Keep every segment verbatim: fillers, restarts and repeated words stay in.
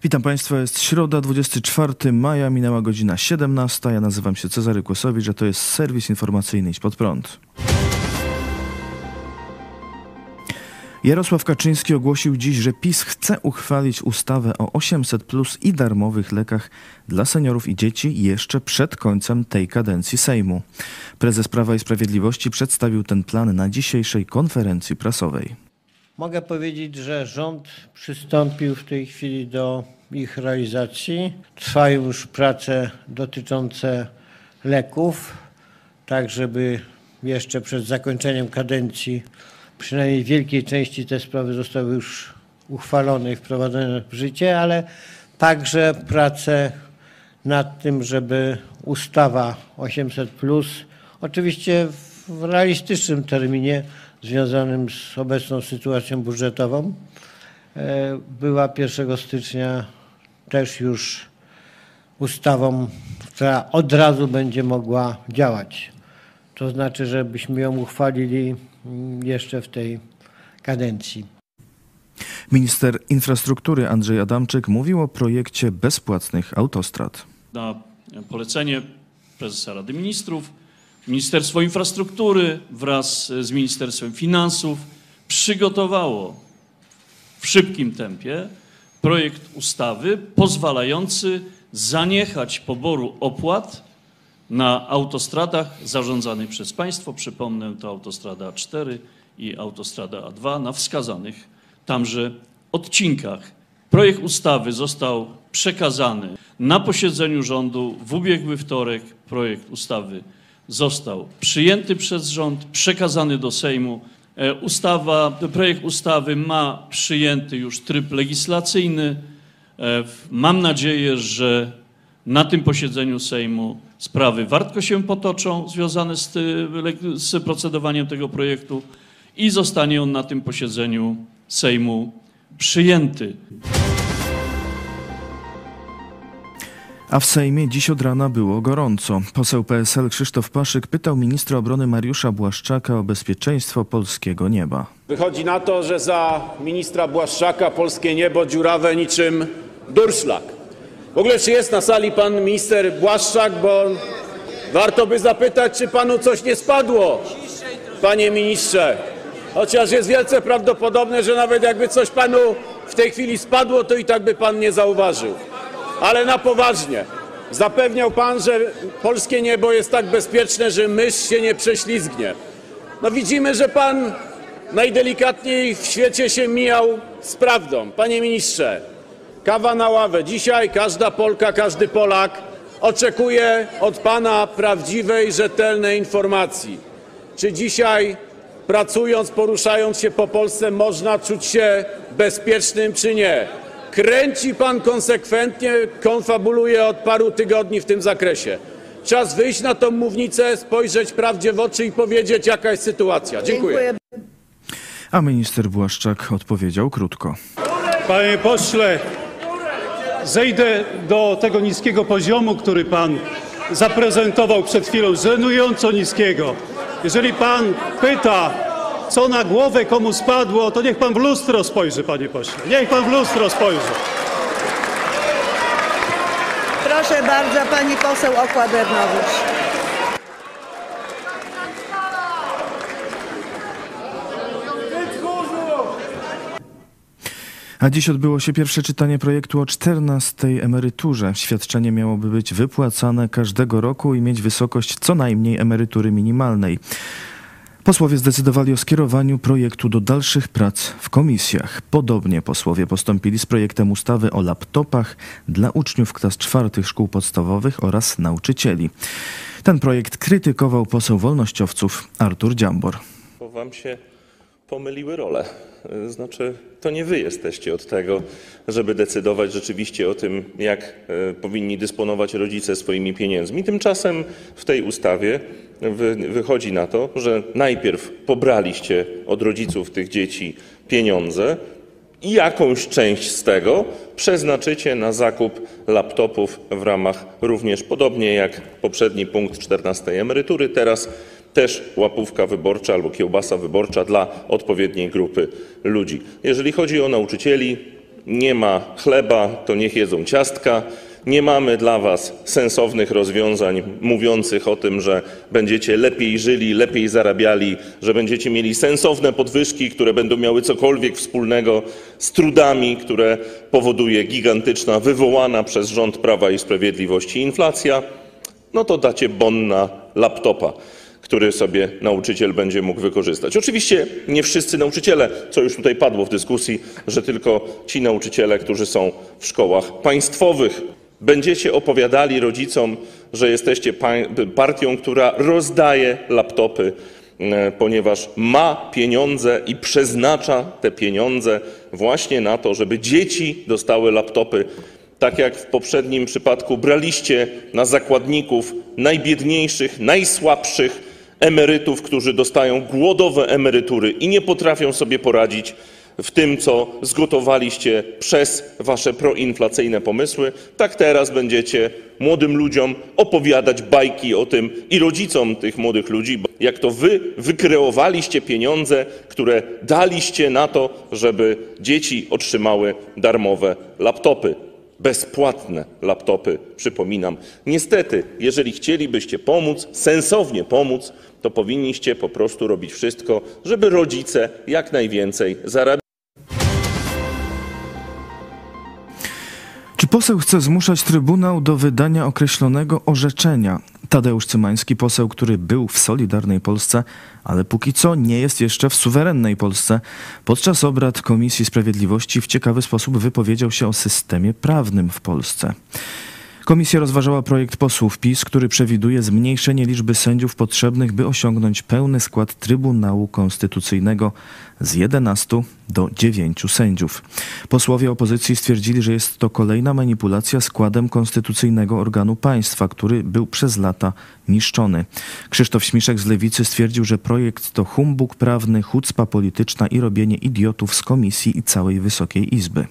Witam Państwa, jest środa, dwudziestego czwartego maja, minęła godzina siedemnasta. Ja nazywam się Cezary Kłosowicz, a to jest serwis informacyjny Idź Pod Prąd. Jarosław Kaczyński ogłosił dziś, że PiS chce uchwalić ustawę o osiemset plus i darmowych lekach dla seniorów i dzieci jeszcze przed końcem tej kadencji Sejmu. Prezes Prawa i Sprawiedliwości przedstawił ten plan na dzisiejszej konferencji prasowej. Mogę powiedzieć, że rząd przystąpił w tej chwili do ich realizacji. Trwają już prace dotyczące leków, tak żeby jeszcze przed zakończeniem kadencji przynajmniej w wielkiej części te sprawy zostały już uchwalone i wprowadzone w życie, ale także prace nad tym, żeby ustawa osiemset plus, oczywiście w realistycznym terminie związanym z obecną sytuacją budżetową, była pierwszego stycznia też już ustawą, która od razu będzie mogła działać. To znaczy, żebyśmy ją uchwalili jeszcze w tej kadencji. Minister infrastruktury Andrzej Adamczyk mówił o projekcie bezpłatnych autostrad. Na polecenie prezesa Rady Ministrów Ministerstwo Infrastruktury wraz z Ministerstwem Finansów przygotowało w szybkim tempie projekt ustawy pozwalający zaniechać poboru opłat na autostradach zarządzanych przez państwo. Przypomnę, to autostrada A cztery i autostrada A dwa na wskazanych tamże odcinkach. Projekt ustawy został przekazany na posiedzeniu rządu w ubiegły wtorek. Projekt ustawy został przyjęty przez rząd, przekazany do Sejmu. Ustawa, projekt ustawy ma przyjęty już tryb legislacyjny. Mam nadzieję, że na tym posiedzeniu Sejmu sprawy wartko się potoczą związane z, z procedowaniem tego projektu i zostanie on na tym posiedzeniu Sejmu przyjęty. A w Sejmie dziś od rana było gorąco. Poseł P S L Krzysztof Paszyk pytał ministra obrony Mariusza Błaszczaka o bezpieczeństwo polskiego nieba. Wychodzi na to, że za ministra Błaszczaka polskie niebo dziurawe niczym durszlak. W ogóle czy jest na sali pan minister Błaszczak, bo warto by zapytać, czy panu coś nie spadło, panie ministrze. Chociaż jest wielce prawdopodobne, że nawet jakby coś panu w tej chwili spadło, to i tak by pan nie zauważył. Ale na poważnie. Zapewniał pan, że polskie niebo jest tak bezpieczne, że mysz się nie prześlizgnie. No widzimy, że pan najdelikatniej w świecie się mijał z prawdą. Panie ministrze, kawa na ławę. Dzisiaj każda Polka, każdy Polak oczekuje od pana prawdziwej, rzetelnej informacji. Czy dzisiaj, pracując, poruszając się po Polsce, można czuć się bezpiecznym, czy nie? Kręci pan konsekwentnie, konfabuluje od paru tygodni w tym zakresie. Czas wyjść na tą mównicę, spojrzeć prawdzie w oczy i powiedzieć, jaka jest sytuacja. Dziękuję. A minister Błaszczak odpowiedział krótko. Panie pośle, zejdę do tego niskiego poziomu, który pan zaprezentował przed chwilą, żenująco niskiego. Jeżeli pan pyta, co na głowę komu spadło, to niech pan w lustro spojrzy, panie pośle. Niech pan w lustro spojrzy. Proszę bardzo, pani poseł Okła-Drewnowicz. A dziś odbyło się pierwsze czytanie projektu o czternastej emeryturze. Świadczenie miałoby być wypłacane każdego roku i mieć wysokość co najmniej emerytury minimalnej. Posłowie zdecydowali o skierowaniu projektu do dalszych prac w komisjach. Podobnie posłowie postąpili z projektem ustawy o laptopach dla uczniów klas czwartych szkół podstawowych oraz nauczycieli. Ten projekt krytykował poseł wolnościowców Artur Dziambor. Bo wam się pomyliły role. Znaczy, to nie wy jesteście od tego, żeby decydować rzeczywiście o tym, jak powinni dysponować rodzice swoimi pieniędzmi. Tymczasem w tej ustawie wychodzi na to, że najpierw pobraliście od rodziców tych dzieci pieniądze i jakąś część z tego przeznaczycie na zakup laptopów w ramach również, podobnie jak poprzedni punkt czternastej emerytury, teraz też łapówka wyborcza albo kiełbasa wyborcza dla odpowiedniej grupy ludzi. Jeżeli chodzi o nauczycieli, nie ma chleba, to niech jedzą ciastka. Nie mamy dla was sensownych rozwiązań mówiących o tym, że będziecie lepiej żyli, lepiej zarabiali, że będziecie mieli sensowne podwyżki, które będą miały cokolwiek wspólnego z trudami, które powoduje gigantyczna, wywołana przez rząd Prawa i Sprawiedliwości inflacja. No to dacie bon na laptopa, który sobie nauczyciel będzie mógł wykorzystać. Oczywiście nie wszyscy nauczyciele, co już tutaj padło w dyskusji, że tylko ci nauczyciele, którzy są w szkołach państwowych. Będziecie opowiadali rodzicom, że jesteście partią, która rozdaje laptopy, ponieważ ma pieniądze i przeznacza te pieniądze właśnie na to, żeby dzieci dostały laptopy. Tak jak w poprzednim przypadku braliście na zakładników najbiedniejszych, najsłabszych emerytów, którzy dostają głodowe emerytury i nie potrafią sobie poradzić w tym, co zgotowaliście przez wasze proinflacyjne pomysły, tak teraz będziecie młodym ludziom opowiadać bajki o tym i rodzicom tych młodych ludzi, bo jak to wy wykreowaliście pieniądze, które daliście na to, żeby dzieci otrzymały darmowe laptopy. Bezpłatne laptopy, przypominam. Niestety, jeżeli chcielibyście pomóc, sensownie pomóc, to powinniście po prostu robić wszystko, żeby rodzice jak najwięcej zarabiali. Czy poseł chce zmuszać Trybunał do wydania określonego orzeczenia? Tadeusz Cymański, poseł, który był w Solidarnej Polsce, ale póki co nie jest jeszcze w suwerennej Polsce, podczas obrad Komisji Sprawiedliwości w ciekawy sposób wypowiedział się o systemie prawnym w Polsce. Komisja rozważała projekt posłów PiS, który przewiduje zmniejszenie liczby sędziów potrzebnych, by osiągnąć pełny skład Trybunału Konstytucyjnego z jedenastu do dziewięciu sędziów. Posłowie opozycji stwierdzili, że jest to kolejna manipulacja składem konstytucyjnego organu państwa, który był przez lata niszczony. Krzysztof Śmiszek z Lewicy stwierdził, że projekt to humbug prawny, chucpa polityczna i robienie idiotów z komisji i całej Wysokiej Izby.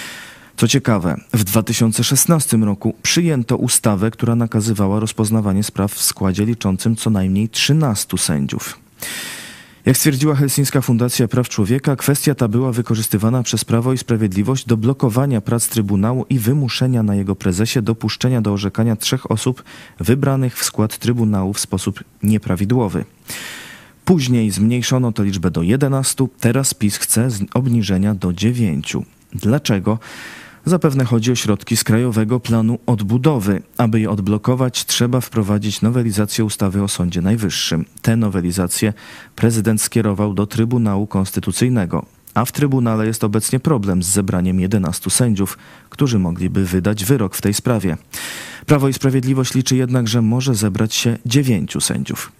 Co ciekawe, w dwa tysiące szesnastym roku przyjęto ustawę, która nakazywała rozpoznawanie spraw w składzie liczącym co najmniej trzynastu sędziów. Jak stwierdziła Helsińska Fundacja Praw Człowieka, kwestia ta była wykorzystywana przez Prawo i Sprawiedliwość do blokowania prac Trybunału i wymuszenia na jego prezesie dopuszczenia do orzekania trzech osób wybranych w skład Trybunału w sposób nieprawidłowy. Później zmniejszono tę liczbę do jedenastu, teraz PiS chce obniżenia do dziewięciu. Dlaczego? Zapewne chodzi o środki z Krajowego Planu Odbudowy. Aby je odblokować, trzeba wprowadzić nowelizację ustawy o Sądzie Najwyższym. Tę nowelizację prezydent skierował do Trybunału Konstytucyjnego. A w Trybunale jest obecnie problem z zebraniem jedenastu sędziów, którzy mogliby wydać wyrok w tej sprawie. Prawo i Sprawiedliwość liczy jednak, że może zebrać się dziewięciu sędziów.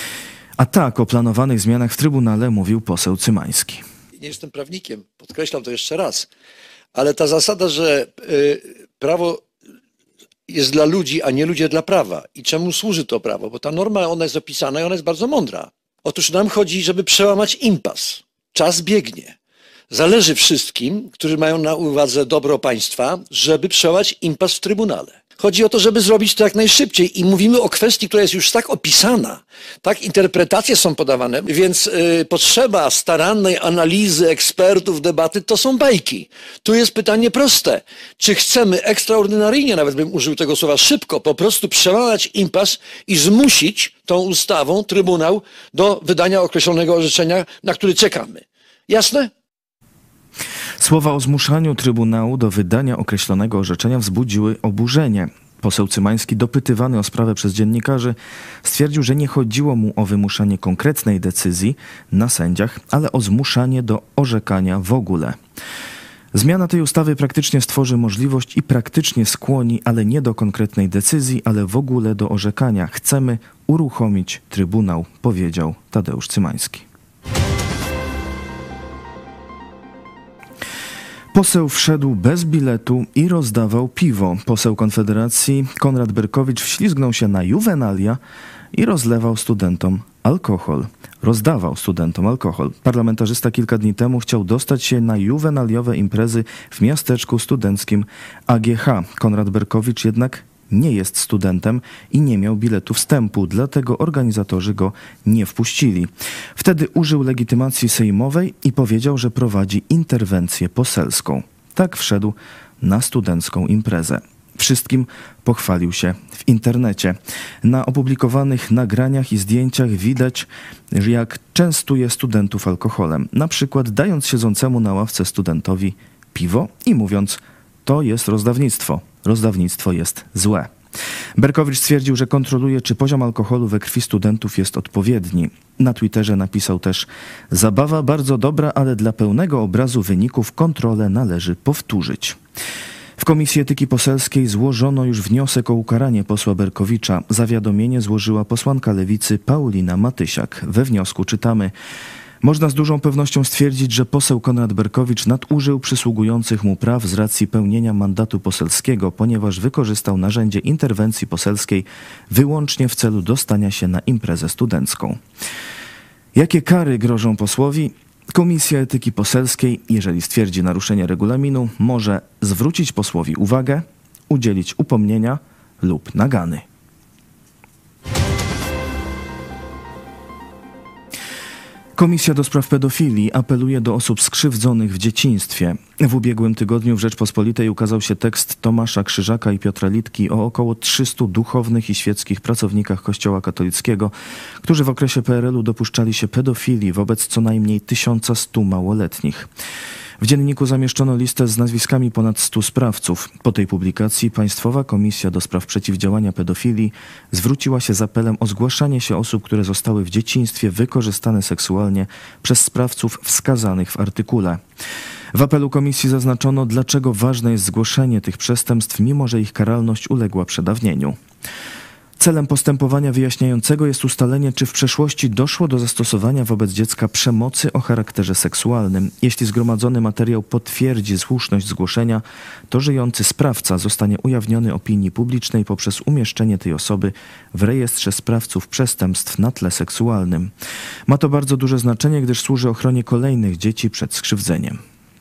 A tak o planowanych zmianach w Trybunale mówił poseł Cymański. Nie jestem prawnikiem, podkreślam to jeszcze raz, ale ta zasada, że y, prawo jest dla ludzi, a nie ludzie dla prawa. I czemu służy to prawo? Bo ta norma, ona jest opisana i ona jest bardzo mądra. Otóż nam chodzi, żeby przełamać impas. Czas biegnie. Zależy wszystkim, którzy mają na uwadze dobro państwa, żeby przełamać impas w Trybunale. Chodzi o to, żeby zrobić to jak najszybciej i mówimy o kwestii, która jest już tak opisana, tak interpretacje są podawane, więc y, potrzeba starannej analizy ekspertów, debaty, to są bajki. Tu jest pytanie proste. Czy chcemy ekstraordynaryjnie, nawet bym użył tego słowa, szybko po prostu przełamać impas i zmusić tą ustawą Trybunał do wydania określonego orzeczenia, na który czekamy. Jasne? Słowa o zmuszaniu Trybunału do wydania określonego orzeczenia wzbudziły oburzenie. Poseł Cymański, dopytywany o sprawę przez dziennikarzy, stwierdził, że nie chodziło mu o wymuszanie konkretnej decyzji na sędziach, ale o zmuszanie do orzekania w ogóle. Zmiana tej ustawy praktycznie stworzy możliwość i praktycznie skłoni, ale nie do konkretnej decyzji, ale w ogóle do orzekania. Chcemy uruchomić Trybunał, powiedział Tadeusz Cymański. Poseł wszedł bez biletu i rozdawał piwo. Poseł Konfederacji Konrad Berkowicz wślizgnął się na juwenalia i rozlewał studentom alkohol. Rozdawał studentom alkohol. Parlamentarzysta kilka dni temu chciał dostać się na juwenaliowe imprezy w miasteczku studenckim A G H. Konrad Berkowicz jednak nie jest studentem i nie miał biletu wstępu, dlatego organizatorzy go nie wpuścili. Wtedy użył legitymacji sejmowej i powiedział, że prowadzi interwencję poselską. tak wszedł na studencką imprezę. Wszystkim pochwalił się w internecie. Na opublikowanych nagraniach i zdjęciach widać, jak częstuje studentów alkoholem. Na przykład dając siedzącemu na ławce studentowi piwo i mówiąc: to jest rozdawnictwo. Rozdawnictwo jest złe. Berkowicz stwierdził, że kontroluje, czy poziom alkoholu we krwi studentów jest odpowiedni. Na Twitterze napisał też: zabawa bardzo dobra, ale dla pełnego obrazu wyników kontrolę należy powtórzyć. W Komisji Etyki Poselskiej złożono już wniosek o ukaranie posła Berkowicza. Zawiadomienie złożyła posłanka Lewicy Paulina Matysiak. We wniosku czytamy: można z dużą pewnością stwierdzić, że poseł Konrad Berkowicz nadużył przysługujących mu praw z racji pełnienia mandatu poselskiego, ponieważ wykorzystał narzędzie interwencji poselskiej wyłącznie w celu dostania się na imprezę studencką. Jakie kary grożą posłowi? Komisja Etyki Poselskiej, jeżeli stwierdzi naruszenie regulaminu, może zwrócić posłowi uwagę, udzielić upomnienia lub nagany. Komisja do spraw pedofilii apeluje do osób skrzywdzonych w dzieciństwie. W ubiegłym tygodniu w Rzeczpospolitej ukazał się tekst Tomasza Krzyżaka i Piotra Litki o około trzystu duchownych i świeckich pracownikach Kościoła katolickiego, którzy w okresie P R L u dopuszczali się pedofilii wobec co najmniej tysiąc sto małoletnich. W dzienniku zamieszczono listę z nazwiskami ponad stu sprawców. Po tej publikacji Państwowa Komisja do Spraw Przeciwdziałania Pedofilii zwróciła się z apelem o zgłaszanie się osób, które zostały w dzieciństwie wykorzystane seksualnie przez sprawców wskazanych w artykule. W apelu komisji zaznaczono, dlaczego ważne jest zgłoszenie tych przestępstw, mimo że ich karalność uległa przedawnieniu. Celem postępowania wyjaśniającego jest ustalenie, czy w przeszłości doszło do zastosowania wobec dziecka przemocy o charakterze seksualnym. Jeśli zgromadzony materiał potwierdzi słuszność zgłoszenia, to żyjący sprawca zostanie ujawniony opinii publicznej poprzez umieszczenie tej osoby w rejestrze sprawców przestępstw na tle seksualnym. Ma to bardzo duże znaczenie, gdyż służy ochronie kolejnych dzieci przed skrzywdzeniem.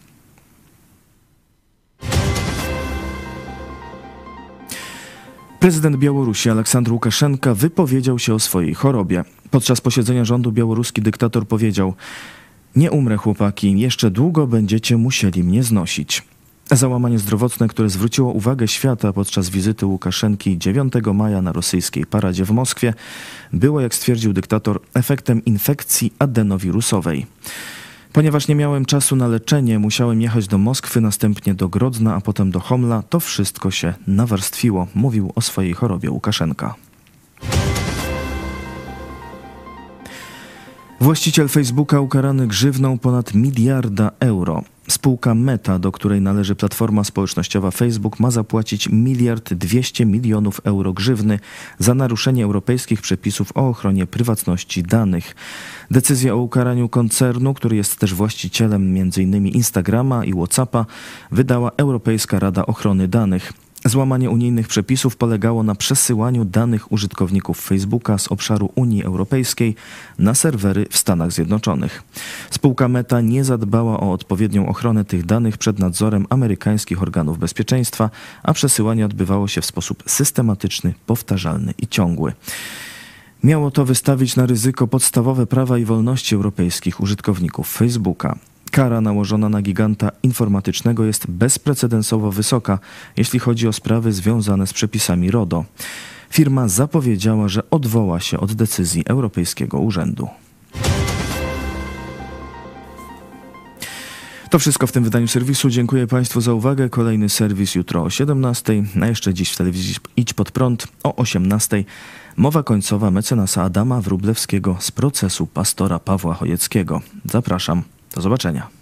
Prezydent Białorusi Aleksandr Łukaszenka wypowiedział się o swojej chorobie. Podczas posiedzenia rządu białoruski dyktator powiedział: nie umrę, chłopaki, jeszcze długo będziecie musieli mnie znosić. Załamanie zdrowotne, które zwróciło uwagę świata podczas wizyty Łukaszenki dziewiątego maja na rosyjskiej paradzie w Moskwie, było, jak stwierdził dyktator, efektem infekcji adenowirusowej. Ponieważ nie miałem czasu na leczenie, musiałem jechać do Moskwy, następnie do Grodna, a potem do Homla. To wszystko się nawarstwiło, mówił o swojej chorobie Łukaszenka. Właściciel Facebooka ukarany grzywną ponad miliarda euro. Spółka Meta, do której należy platforma społecznościowa Facebook, ma zapłacić miliard dwieście milionów euro grzywny za naruszenie europejskich przepisów o ochronie prywatności danych. Decyzję o ukaraniu koncernu, który jest też właścicielem między innymi Instagrama i WhatsAppa, wydała Europejska Rada Ochrony Danych. Złamanie unijnych przepisów polegało na przesyłaniu danych użytkowników Facebooka z obszaru Unii Europejskiej na serwery w Stanach Zjednoczonych. Spółka Meta nie zadbała o odpowiednią ochronę tych danych przed nadzorem amerykańskich organów bezpieczeństwa, a przesyłanie odbywało się w sposób systematyczny, powtarzalny i ciągły. Miało to wystawić na ryzyko podstawowe prawa i wolności europejskich użytkowników Facebooka. Kara nałożona na giganta informatycznego jest bezprecedensowo wysoka, jeśli chodzi o sprawy związane z przepisami RODO. Firma zapowiedziała, że odwoła się od decyzji Europejskiego Urzędu. To wszystko w tym wydaniu serwisu. Dziękuję Państwu za uwagę. Kolejny serwis jutro o siedemnastej, a jeszcze dziś w telewizji Idź Pod Prąd o osiemnastej. Mowa końcowa mecenasa Adama Wróblewskiego z procesu pastora Pawła Chojeckiego. Zapraszam. Do zobaczenia.